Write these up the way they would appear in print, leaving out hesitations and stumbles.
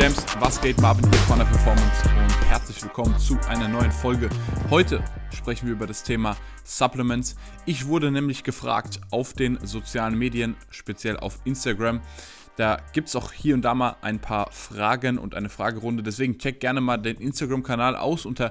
Champs, was geht? Marvin hier von der Performance und herzlich willkommen zu einer neuen Folge. Heute sprechen wir über das Thema Supplements. Ich wurde nämlich gefragt auf den sozialen Medien, speziell auf Instagram. Da gibt es auch hier und da mal ein paar Fragen und eine Fragerunde. Deswegen checkt gerne mal den Instagram-Kanal aus unter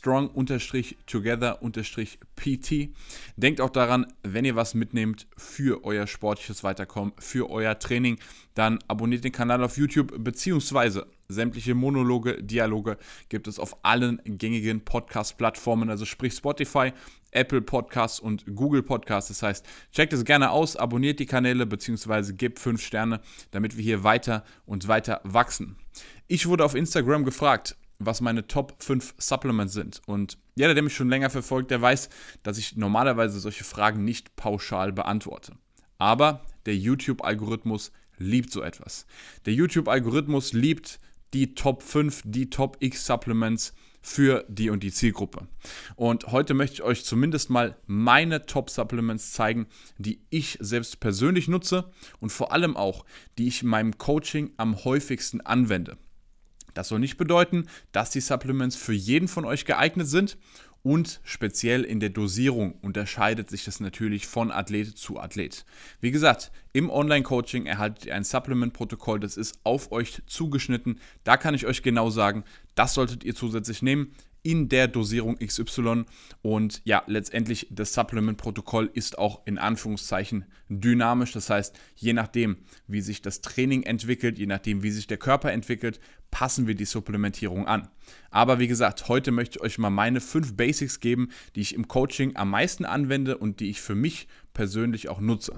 strong-together-pt. Denkt auch daran, wenn ihr was mitnehmt für euer sportliches Weiterkommen, für euer Training, dann abonniert den Kanal auf YouTube beziehungsweise sämtliche Monologe, Dialoge gibt es auf allen gängigen Podcast-Plattformen, also sprich Spotify, Apple Podcasts und Google Podcasts. Das heißt, checkt es gerne aus, abonniert die Kanäle beziehungsweise gebt 5 Sterne, damit wir hier weiter und weiter wachsen. Ich wurde auf Instagram gefragt, was meine Top 5 Supplements sind. Und jeder, der mich schon länger verfolgt, der weiß, dass ich normalerweise solche Fragen nicht pauschal beantworte. Aber der YouTube-Algorithmus liebt so etwas. Der YouTube-Algorithmus liebt die Top 5, die Top X Supplements für die und die Zielgruppe. Und heute möchte ich euch zumindest mal meine Top Supplements zeigen, die ich selbst persönlich nutze und vor allem auch, die ich in meinem Coaching am häufigsten anwende. Das soll nicht bedeuten, dass die Supplements für jeden von euch geeignet sind und speziell in der Dosierung unterscheidet sich das natürlich von Athlet zu Athlet. Wie gesagt, im Online-Coaching erhaltet ihr ein Supplement-Protokoll, das ist auf euch zugeschnitten. Da kann ich euch genau sagen, das solltet ihr zusätzlich nehmen in der Dosierung XY und ja, letztendlich das Supplement-Protokoll ist auch in Anführungszeichen dynamisch, das heißt, je nachdem, wie sich das Training entwickelt, je nachdem, wie sich der Körper entwickelt, passen wir die Supplementierung an. Aber wie gesagt, heute möchte ich euch mal meine 5 Basics geben, die ich im Coaching am meisten anwende und die ich für mich persönlich auch nutze.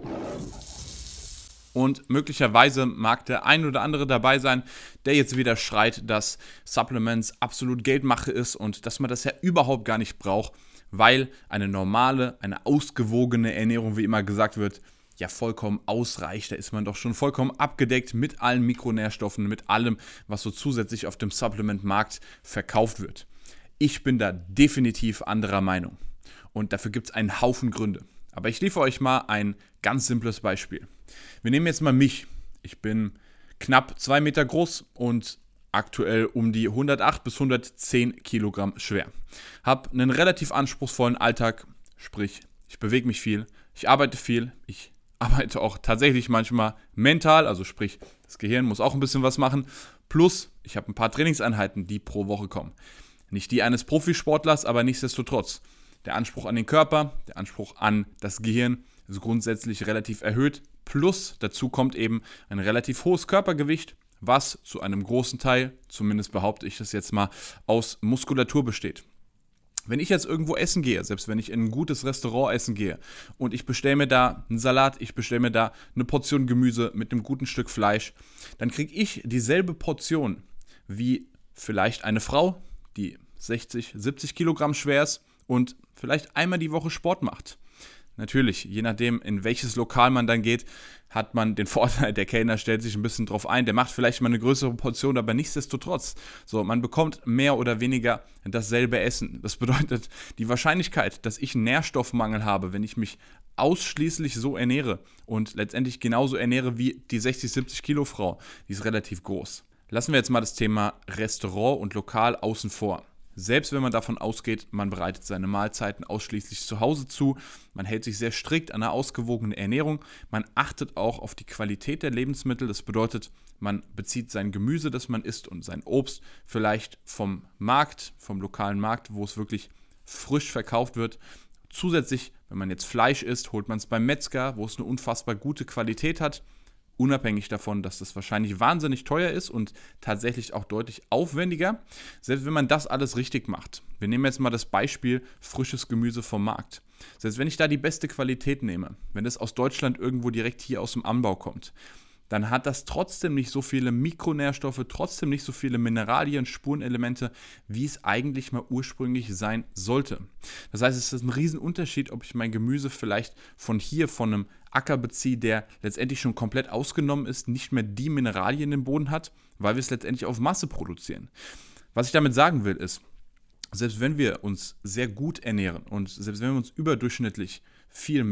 Und möglicherweise mag der ein oder andere dabei sein, der jetzt wieder schreit, dass Supplements absolut Geldmache ist und dass man das ja überhaupt gar nicht braucht, weil eine normale, eine ausgewogene Ernährung, wie immer gesagt wird, ja vollkommen ausreicht. Da ist man doch schon vollkommen abgedeckt mit allen Mikronährstoffen, mit allem, was so zusätzlich auf dem Supplementmarkt verkauft wird. Ich bin da definitiv anderer Meinung und dafür gibt es einen Haufen Gründe. Aber ich liefere euch mal ein ganz simples Beispiel. Wir nehmen jetzt mal mich. Ich bin knapp 2 Meter groß und aktuell um die 108 bis 110 Kilogramm schwer. Habe einen relativ anspruchsvollen Alltag, sprich, ich bewege mich viel, ich arbeite viel, ich arbeite auch tatsächlich manchmal mental, also sprich, das Gehirn muss auch ein bisschen was machen. Plus, ich habe ein paar Trainingseinheiten, die pro Woche kommen. Nicht die eines Profisportlers, aber nichtsdestotrotz. Der Anspruch an den Körper, der Anspruch an das Gehirn ist grundsätzlich relativ erhöht. Plus dazu kommt eben ein relativ hohes Körpergewicht, was zu einem großen Teil, zumindest behaupte ich das jetzt mal, aus Muskulatur besteht. Wenn ich jetzt irgendwo essen gehe, selbst wenn ich in ein gutes Restaurant essen gehe und ich bestelle mir da einen Salat, ich bestelle mir da eine Portion Gemüse mit einem guten Stück Fleisch, dann kriege ich dieselbe Portion wie vielleicht eine Frau, die 60, 70 Kilogramm schwer ist und vielleicht einmal die Woche Sport macht. Natürlich, je nachdem, in welches Lokal man dann geht, hat man den Vorteil, der Kellner stellt sich ein bisschen drauf ein, der macht vielleicht mal eine größere Portion, aber nichtsdestotrotz. So, man bekommt mehr oder weniger dasselbe Essen. Das bedeutet, die Wahrscheinlichkeit, dass ich einen Nährstoffmangel habe, wenn ich mich ausschließlich so ernähre und letztendlich genauso ernähre wie die 60, 70 Kilo Frau, die ist relativ groß. Lassen wir jetzt mal das Thema Restaurant und Lokal außen vor. Selbst wenn man davon ausgeht, man bereitet seine Mahlzeiten ausschließlich zu Hause zu, man hält sich sehr strikt an eine ausgewogene Ernährung, man achtet auch auf die Qualität der Lebensmittel, das bedeutet, man bezieht sein Gemüse, das man isst und sein Obst vielleicht vom Markt, vom lokalen Markt, wo es wirklich frisch verkauft wird. Zusätzlich, wenn man jetzt Fleisch isst, holt man es beim Metzger, wo es eine unfassbar gute Qualität hat. Unabhängig davon, dass das wahrscheinlich wahnsinnig teuer ist und tatsächlich auch deutlich aufwendiger, selbst wenn man das alles richtig macht. Wir nehmen jetzt mal das Beispiel frisches Gemüse vom Markt. Selbst wenn ich da die beste Qualität nehme, wenn es aus Deutschland irgendwo direkt hier aus dem Anbau kommt, dann hat das trotzdem nicht so viele Mikronährstoffe, trotzdem nicht so viele Mineralien, Spurenelemente, wie es eigentlich mal ursprünglich sein sollte. Das heißt, es ist ein Riesenunterschied, ob ich mein Gemüse vielleicht von einem Acker beziehe, der letztendlich schon komplett ausgenommen ist, nicht mehr die Mineralien im Boden hat, weil wir es letztendlich auf Masse produzieren. Was ich damit sagen will, ist, selbst wenn wir uns sehr gut ernähren und selbst wenn wir uns überdurchschnittlich viel mit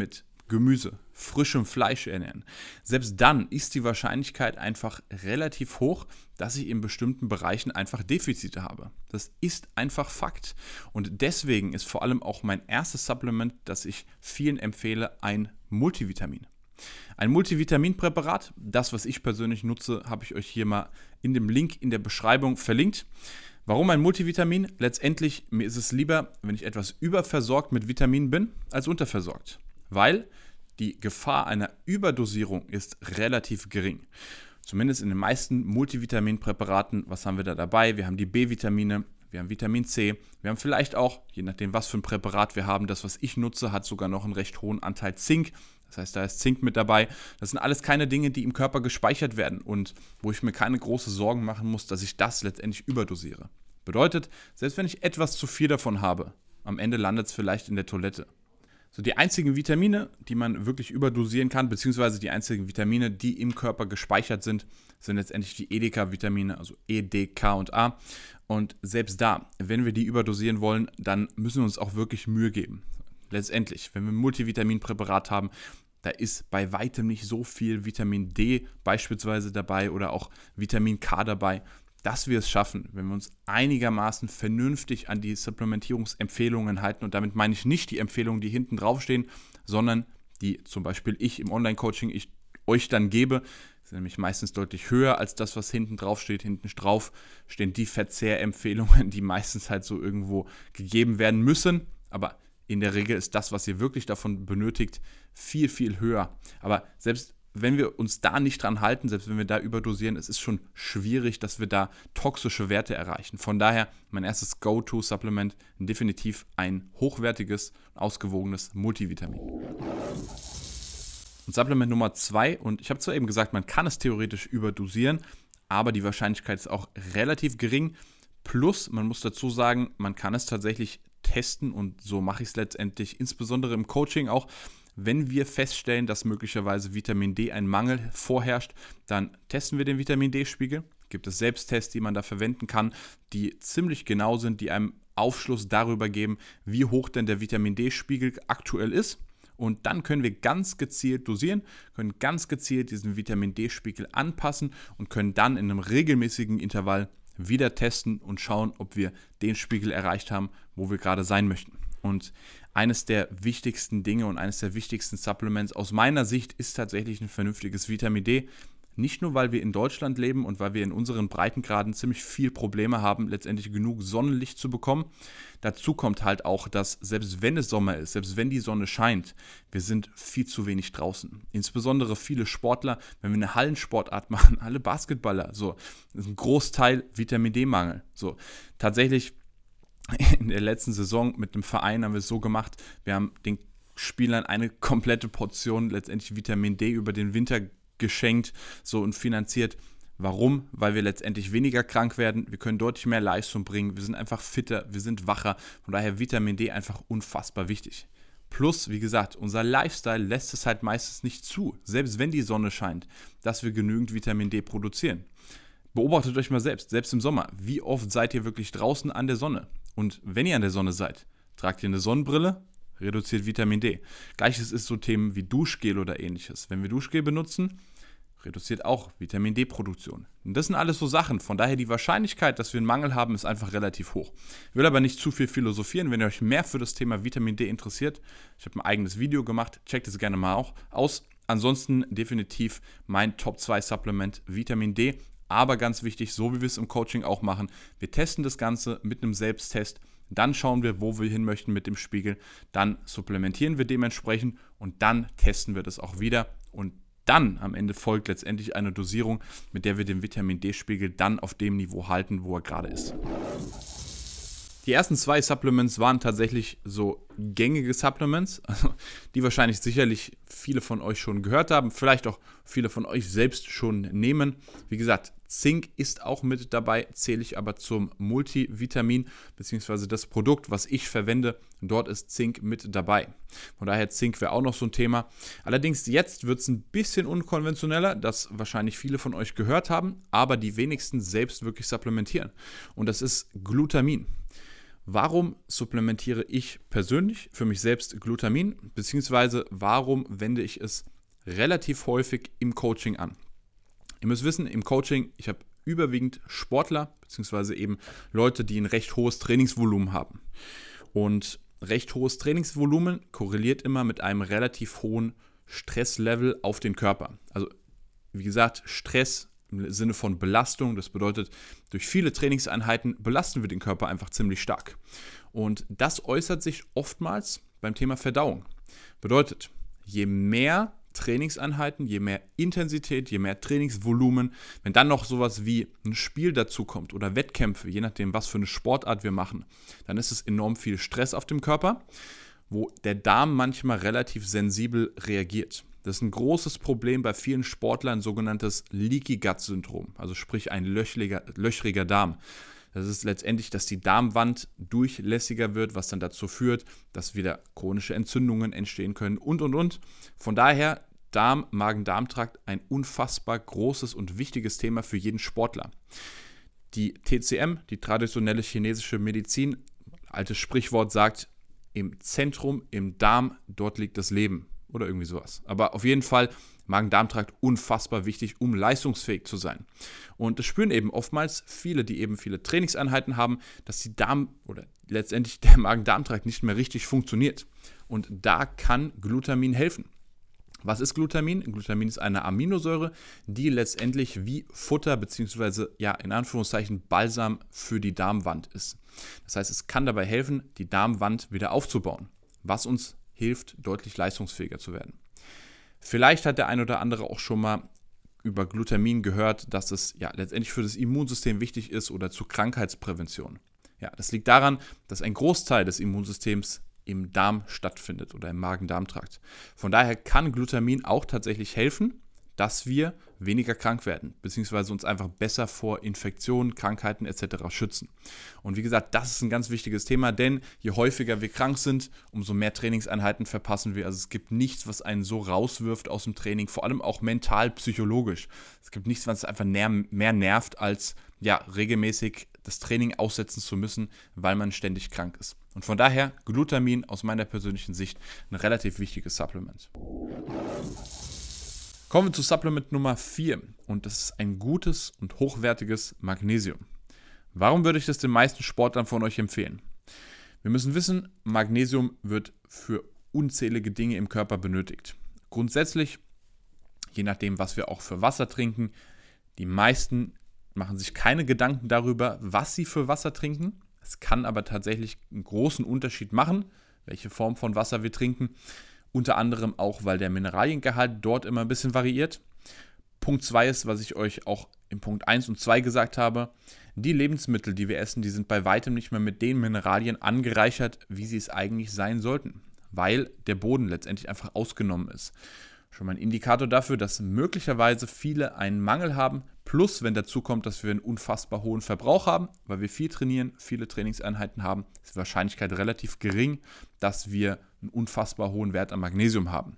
Gemüse, frischem Fleisch ernähren, selbst dann ist die Wahrscheinlichkeit einfach relativ hoch, dass ich in bestimmten Bereichen einfach Defizite habe. Das ist einfach Fakt. Und deswegen ist vor allem auch mein erstes Supplement, das ich vielen empfehle, ein Multivitamin. Ein Multivitaminpräparat, das, was ich persönlich nutze, habe ich euch hier mal in dem Link in der Beschreibung verlinkt. Warum ein Multivitamin? Letztendlich, mir ist es lieber, wenn ich etwas überversorgt mit Vitaminen bin, als unterversorgt. Weil die Gefahr einer Überdosierung ist relativ gering. Zumindest in den meisten Multivitaminpräparaten. Was haben wir da dabei? Wir haben die B-Vitamine, wir haben Vitamin C, wir haben vielleicht auch, je nachdem was für ein Präparat wir haben, das was ich nutze, hat sogar noch einen recht hohen Anteil Zink. Das heißt, da ist Zink mit dabei. Das sind alles keine Dinge, die im Körper gespeichert werden und wo ich mir keine großen Sorgen machen muss, dass ich das letztendlich überdosiere. Bedeutet, selbst wenn ich etwas zu viel davon habe, am Ende landet es vielleicht in der Toilette. So, die einzigen Vitamine, die man wirklich überdosieren kann, beziehungsweise die einzigen Vitamine, die im Körper gespeichert sind, sind letztendlich die EDK-Vitamine, also E, D, K und A. Und selbst da, wenn wir die überdosieren wollen, dann müssen wir uns auch wirklich Mühe geben. Letztendlich, wenn wir ein Multivitaminpräparat haben, da ist bei weitem nicht so viel Vitamin D beispielsweise dabei oder auch Vitamin K dabei, dass wir es schaffen, wenn wir uns einigermaßen vernünftig an die Supplementierungsempfehlungen halten. Und damit meine ich nicht die Empfehlungen, die hinten draufstehen, sondern die zum Beispiel ich im Online-Coaching euch dann gebe. Das sind nämlich meistens deutlich höher als das, was hinten drauf steht. Hinten drauf stehen die Verzehrempfehlungen, die meistens halt so irgendwo gegeben werden müssen. Aber in der Regel ist das, was ihr wirklich davon benötigt, viel, viel höher. Aber selbst wenn wir uns da nicht dran halten, selbst wenn wir da überdosieren, es ist schon schwierig, dass wir da toxische Werte erreichen. Von daher mein erstes Go-To-Supplement, definitiv ein hochwertiges, ausgewogenes Multivitamin. Und Supplement Nummer 2, und ich habe zwar eben gesagt, man kann es theoretisch überdosieren, aber die Wahrscheinlichkeit ist auch relativ gering. Plus, man muss dazu sagen, man kann es tatsächlich testen und so mache ich es letztendlich, insbesondere im Coaching auch. Wenn wir feststellen, dass möglicherweise Vitamin D ein Mangel vorherrscht, dann testen wir den Vitamin D-Spiegel. Gibt es Selbsttests, die man da verwenden kann, die ziemlich genau sind, die einem Aufschluss darüber geben, wie hoch denn der Vitamin D-Spiegel aktuell ist. Und dann können wir ganz gezielt dosieren, können ganz gezielt diesen Vitamin D-Spiegel anpassen und können dann in einem regelmäßigen Intervall wieder testen und schauen, ob wir den Spiegel erreicht haben, wo wir gerade sein möchten. Und eines der wichtigsten Dinge und eines der wichtigsten Supplements aus meiner Sicht ist tatsächlich ein vernünftiges Vitamin D. Nicht nur, weil wir in Deutschland leben und weil wir in unseren Breitengraden ziemlich viel Probleme haben, letztendlich genug Sonnenlicht zu bekommen. Dazu kommt halt auch, dass selbst wenn es Sommer ist, selbst wenn die Sonne scheint, wir sind viel zu wenig draußen. Insbesondere viele Sportler, wenn wir eine Hallensportart machen, alle Basketballer, so, das ist ein Großteil Vitamin D-Mangel. So, tatsächlich in der letzten Saison mit dem Verein haben wir es so gemacht, wir haben den Spielern eine komplette Portion letztendlich Vitamin D über den Winter geschenkt so und finanziert. Warum? Weil wir letztendlich weniger krank werden, wir können deutlich mehr Leistung bringen, wir sind einfach fitter, wir sind wacher, von daher Vitamin D einfach unfassbar wichtig. Plus, wie gesagt, unser Lifestyle lässt es halt meistens nicht zu, selbst wenn die Sonne scheint, dass wir genügend Vitamin D produzieren. Beobachtet euch mal selbst im Sommer, wie oft seid ihr wirklich draußen an der Sonne? Und wenn ihr an der Sonne seid, tragt ihr eine Sonnenbrille, reduziert Vitamin D. Gleiches ist so Themen wie Duschgel oder ähnliches. Wenn wir Duschgel benutzen, reduziert auch Vitamin D-Produktion. Und das sind alles so Sachen. Von daher die Wahrscheinlichkeit, dass wir einen Mangel haben, ist einfach relativ hoch. Ich will aber nicht zu viel philosophieren. Wenn ihr euch mehr für das Thema Vitamin D interessiert, ich habe ein eigenes Video gemacht, checkt es gerne mal auch aus. Ansonsten definitiv mein Top 2 Supplement Vitamin D. Aber ganz wichtig, so wie wir es im Coaching auch machen, wir testen das Ganze mit einem Selbsttest, dann schauen wir, wo wir hin möchten mit dem Spiegel, dann supplementieren wir dementsprechend und dann testen wir das auch wieder und dann am Ende folgt letztendlich eine Dosierung, mit der wir den Vitamin D-Spiegel dann auf dem Niveau halten, wo er gerade ist. Die ersten 2 Supplements waren tatsächlich so gängige Supplements, also die wahrscheinlich sicherlich viele von euch schon gehört haben, vielleicht auch viele von euch selbst schon nehmen. Wie gesagt, Zink ist auch mit dabei, zähle ich aber zum Multivitamin, beziehungsweise das Produkt, was ich verwende, dort ist Zink mit dabei. Von daher Zink wäre auch noch so ein Thema. Allerdings jetzt wird es ein bisschen unkonventioneller, das wahrscheinlich viele von euch gehört haben, aber die wenigsten selbst wirklich supplementieren. Und das ist Glutamin. Warum supplementiere ich persönlich für mich selbst Glutamin, beziehungsweise warum wende ich es relativ häufig im Coaching an? Ihr müsst wissen, im Coaching, ich habe überwiegend Sportler, beziehungsweise eben Leute, die ein recht hohes Trainingsvolumen haben. Und recht hohes Trainingsvolumen korreliert immer mit einem relativ hohen Stresslevel auf den Körper. Also wie gesagt, Stress im Sinne von Belastung, das bedeutet, durch viele Trainingseinheiten belasten wir den Körper einfach ziemlich stark. Und das äußert sich oftmals beim Thema Verdauung. Bedeutet, je mehr Trainingseinheiten, je mehr Intensität, je mehr Trainingsvolumen, wenn dann noch sowas wie ein Spiel dazu kommt oder Wettkämpfe, je nachdem, was für eine Sportart wir machen, dann ist es enorm viel Stress auf dem Körper, wo der Darm manchmal relativ sensibel reagiert. Das ist ein großes Problem bei vielen Sportlern, sogenanntes Leaky Gut Syndrom, also sprich ein löchriger Darm. Das ist letztendlich, dass die Darmwand durchlässiger wird, was dann dazu führt, dass wieder chronische Entzündungen entstehen können und. Von daher Darm, Magen-Darm-Trakt ein unfassbar großes und wichtiges Thema für jeden Sportler. Die TCM, die traditionelle chinesische Medizin, altes Sprichwort sagt, im Zentrum, im Darm, dort liegt das Leben. Oder irgendwie sowas. Aber auf jeden Fall Magen-Darm-Trakt unfassbar wichtig, um leistungsfähig zu sein. Und das spüren eben oftmals viele, die eben viele Trainingseinheiten haben, dass die Darm oder letztendlich der Magen-Darm-Trakt nicht mehr richtig funktioniert. Und da kann Glutamin helfen. Was ist Glutamin? Glutamin ist eine Aminosäure, die letztendlich wie Futter bzw. ja in Anführungszeichen Balsam für die Darmwand ist. Das heißt, es kann dabei helfen, die Darmwand wieder aufzubauen, was uns hilft, deutlich leistungsfähiger zu werden. Vielleicht hat der ein oder andere auch schon mal über Glutamin gehört, dass es ja letztendlich für das Immunsystem wichtig ist oder zur Krankheitsprävention. Ja, das liegt daran, dass ein Großteil des Immunsystems im Darm stattfindet oder im Magen-Darm-Trakt. Von daher kann Glutamin auch tatsächlich helfen, dass wir weniger krank werden, beziehungsweise uns einfach besser vor Infektionen, Krankheiten etc. schützen. Und wie gesagt, das ist ein ganz wichtiges Thema, denn je häufiger wir krank sind, umso mehr Trainingseinheiten verpassen wir. Also es gibt nichts, was einen so rauswirft aus dem Training, vor allem auch mental, psychologisch. Es gibt nichts, was einfach mehr nervt, als ja, regelmäßig das Training aussetzen zu müssen, weil man ständig krank ist. Und von daher Glutamin aus meiner persönlichen Sicht ein relativ wichtiges Supplement. Kommen wir zu Supplement Nummer 4 und das ist ein gutes und hochwertiges Magnesium. Warum würde ich das den meisten Sportlern von euch empfehlen? Wir müssen wissen, Magnesium wird für unzählige Dinge im Körper benötigt. Grundsätzlich, je nachdem, was wir auch für Wasser trinken, die meisten machen sich keine Gedanken darüber, was sie für Wasser trinken. Es kann aber tatsächlich einen großen Unterschied machen, welche Form von Wasser wir trinken. Unter anderem auch, weil der Mineraliengehalt dort immer ein bisschen variiert. Punkt 2 ist, was ich euch auch in Punkt 1 und 2 gesagt habe, die Lebensmittel, die wir essen, die sind bei weitem nicht mehr mit den Mineralien angereichert, wie sie es eigentlich sein sollten, weil der Boden letztendlich einfach ausgenommen ist. Schon mal ein Indikator dafür, dass möglicherweise viele einen Mangel haben, plus wenn dazu kommt, dass wir einen unfassbar hohen Verbrauch haben, weil wir viel trainieren, viele Trainingseinheiten haben, ist die Wahrscheinlichkeit relativ gering, dass wir einen unfassbar hohen Wert an Magnesium haben.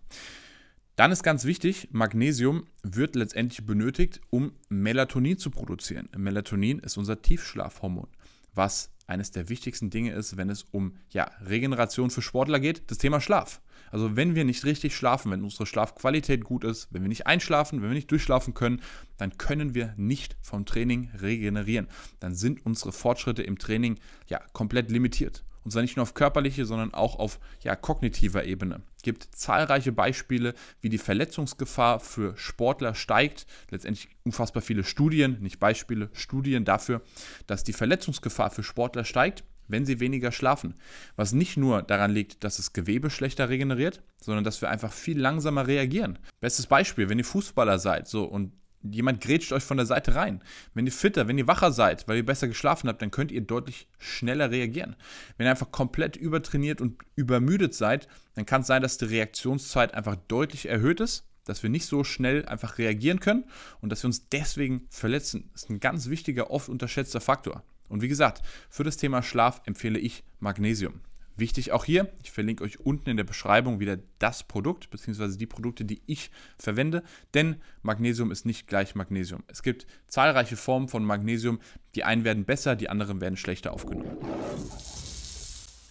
Dann ist ganz wichtig, Magnesium wird letztendlich benötigt, um Melatonin zu produzieren. Melatonin ist unser Tiefschlafhormon, was eines der wichtigsten Dinge ist, wenn es um Regeneration für Sportler geht, das Thema Schlaf. Also wenn wir nicht richtig schlafen, wenn unsere Schlafqualität gut ist, wenn wir nicht einschlafen, wenn wir nicht durchschlafen können, dann können wir nicht vom Training regenerieren. Dann sind unsere Fortschritte im Training komplett limitiert. Und zwar nicht nur auf körperlicher, sondern auch auf kognitiver Ebene. Es gibt zahlreiche Beispiele, wie die Verletzungsgefahr für Sportler steigt. Letztendlich unfassbar viele Studien, nicht Beispiele, Studien dafür, dass die Verletzungsgefahr für Sportler steigt, wenn sie weniger schlafen. Was nicht nur daran liegt, dass das Gewebe schlechter regeneriert, sondern dass wir einfach viel langsamer reagieren. Bestes Beispiel, wenn ihr Fußballer seid und jemand grätscht euch von der Seite rein. Wenn ihr fitter, wenn ihr wacher seid, weil ihr besser geschlafen habt, dann könnt ihr deutlich schneller reagieren. Wenn ihr einfach komplett übertrainiert und übermüdet seid, dann kann es sein, dass die Reaktionszeit einfach deutlich erhöht ist, dass wir nicht so schnell einfach reagieren können und dass wir uns deswegen verletzen. Das ist ein ganz wichtiger, oft unterschätzter Faktor. Und wie gesagt, für das Thema Schlaf empfehle ich Magnesium. Wichtig auch hier, ich verlinke euch unten in der Beschreibung wieder das Produkt, beziehungsweise die Produkte, die ich verwende, denn Magnesium ist nicht gleich Magnesium. Es gibt zahlreiche Formen von Magnesium, die einen werden besser, die anderen werden schlechter aufgenommen.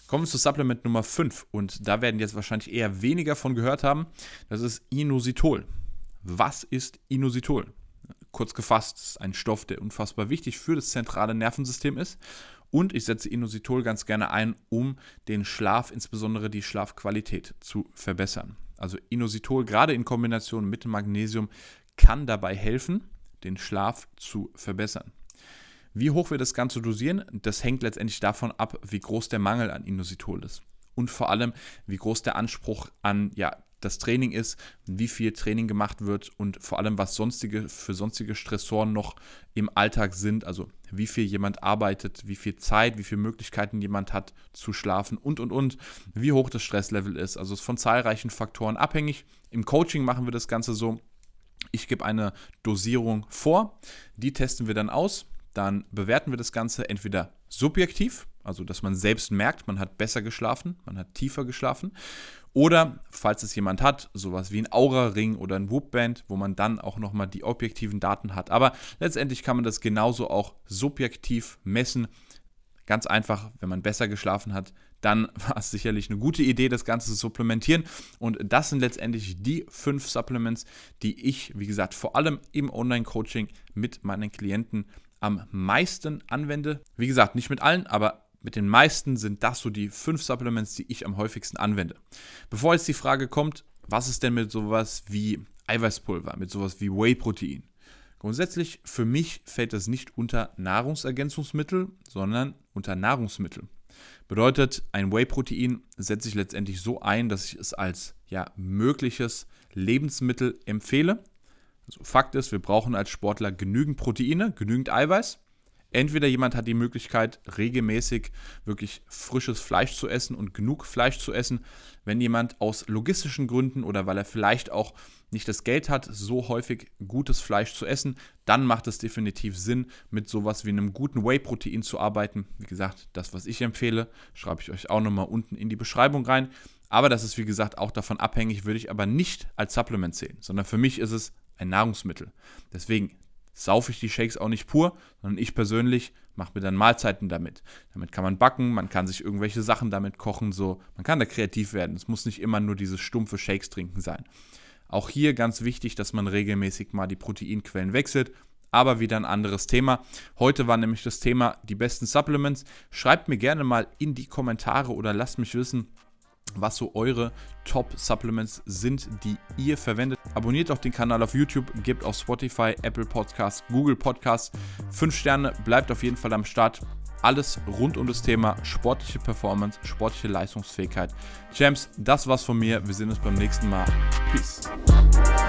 Kommen wir zu Supplement Nummer 5 und da werden jetzt wahrscheinlich eher weniger von gehört haben. Das ist Inositol. Was ist Inositol? Kurz gefasst, es ist ein Stoff, der unfassbar wichtig für das zentrale Nervensystem ist. Und ich setze Inositol ganz gerne ein, um den Schlaf, insbesondere die Schlafqualität, zu verbessern. Also Inositol, gerade in Kombination mit Magnesium, kann dabei helfen, den Schlaf zu verbessern. Wie hoch wir das Ganze dosieren, das hängt letztendlich davon ab, wie groß der Mangel an Inositol ist. Und vor allem, wie groß der Anspruch an das Training ist, wie viel Training gemacht wird und vor allem, was für sonstige Stressoren noch im Alltag sind. Also wie viel jemand arbeitet, wie viel Zeit, wie viele Möglichkeiten jemand hat zu schlafen und. Wie hoch das Stresslevel ist. Also es ist von zahlreichen Faktoren abhängig. Im Coaching machen wir das Ganze so. Ich gebe eine Dosierung vor, die testen wir dann aus. Dann bewerten wir das Ganze entweder subjektiv, also dass man selbst merkt, man hat besser geschlafen, man hat tiefer geschlafen. Oder, falls es jemand hat, sowas wie ein Aura-Ring oder ein Whoop-Band, wo man dann auch nochmal die objektiven Daten hat. Aber letztendlich kann man das genauso auch subjektiv messen. Ganz einfach, wenn man besser geschlafen hat, dann war es sicherlich eine gute Idee, das Ganze zu supplementieren. Und das sind letztendlich die 5 Supplements, die ich, wie gesagt, vor allem im Online-Coaching mit meinen Klienten am meisten anwende. Wie gesagt, nicht mit allen, aber mit den meisten sind das so die 5 Supplements, die ich am häufigsten anwende. Bevor jetzt die Frage kommt, was ist denn mit sowas wie Eiweißpulver, mit sowas wie Whey-Protein? Grundsätzlich, für mich fällt das nicht unter Nahrungsergänzungsmittel, sondern unter Nahrungsmittel. Bedeutet, ein Whey-Protein setze ich letztendlich so ein, dass ich es als mögliches Lebensmittel empfehle. Also Fakt ist, wir brauchen als Sportler genügend Proteine, genügend Eiweiß. Entweder jemand hat die Möglichkeit, regelmäßig wirklich frisches Fleisch zu essen und genug Fleisch zu essen. Wenn jemand aus logistischen Gründen oder weil er vielleicht auch nicht das Geld hat, so häufig gutes Fleisch zu essen, dann macht es definitiv Sinn, mit sowas wie einem guten Whey-Protein zu arbeiten. Wie gesagt, das, was ich empfehle, schreibe ich euch auch nochmal unten in die Beschreibung rein. Aber das ist, wie gesagt, auch davon abhängig, würde ich aber nicht als Supplement sehen, sondern für mich ist es ein Nahrungsmittel. Deswegen saufe ich die Shakes auch nicht pur, sondern ich persönlich mache mir dann Mahlzeiten damit. Damit kann man backen, man kann sich irgendwelche Sachen damit kochen, so. Man kann da kreativ werden. Es muss nicht immer nur dieses stumpfe Shakes trinken sein. Auch hier ganz wichtig, dass man regelmäßig mal die Proteinquellen wechselt, aber wieder ein anderes Thema. Heute war nämlich das Thema die besten Supplements. Schreibt mir gerne mal in die Kommentare oder lasst mich wissen, was so eure Top-Supplements sind, die ihr verwendet. Abonniert auch den Kanal auf YouTube, gebt auf Spotify, Apple Podcasts, Google Podcasts 5 Sterne, bleibt auf jeden Fall am Start. Alles rund um das Thema sportliche Performance, sportliche Leistungsfähigkeit. Champs, das war's von mir. Wir sehen uns beim nächsten Mal. Peace.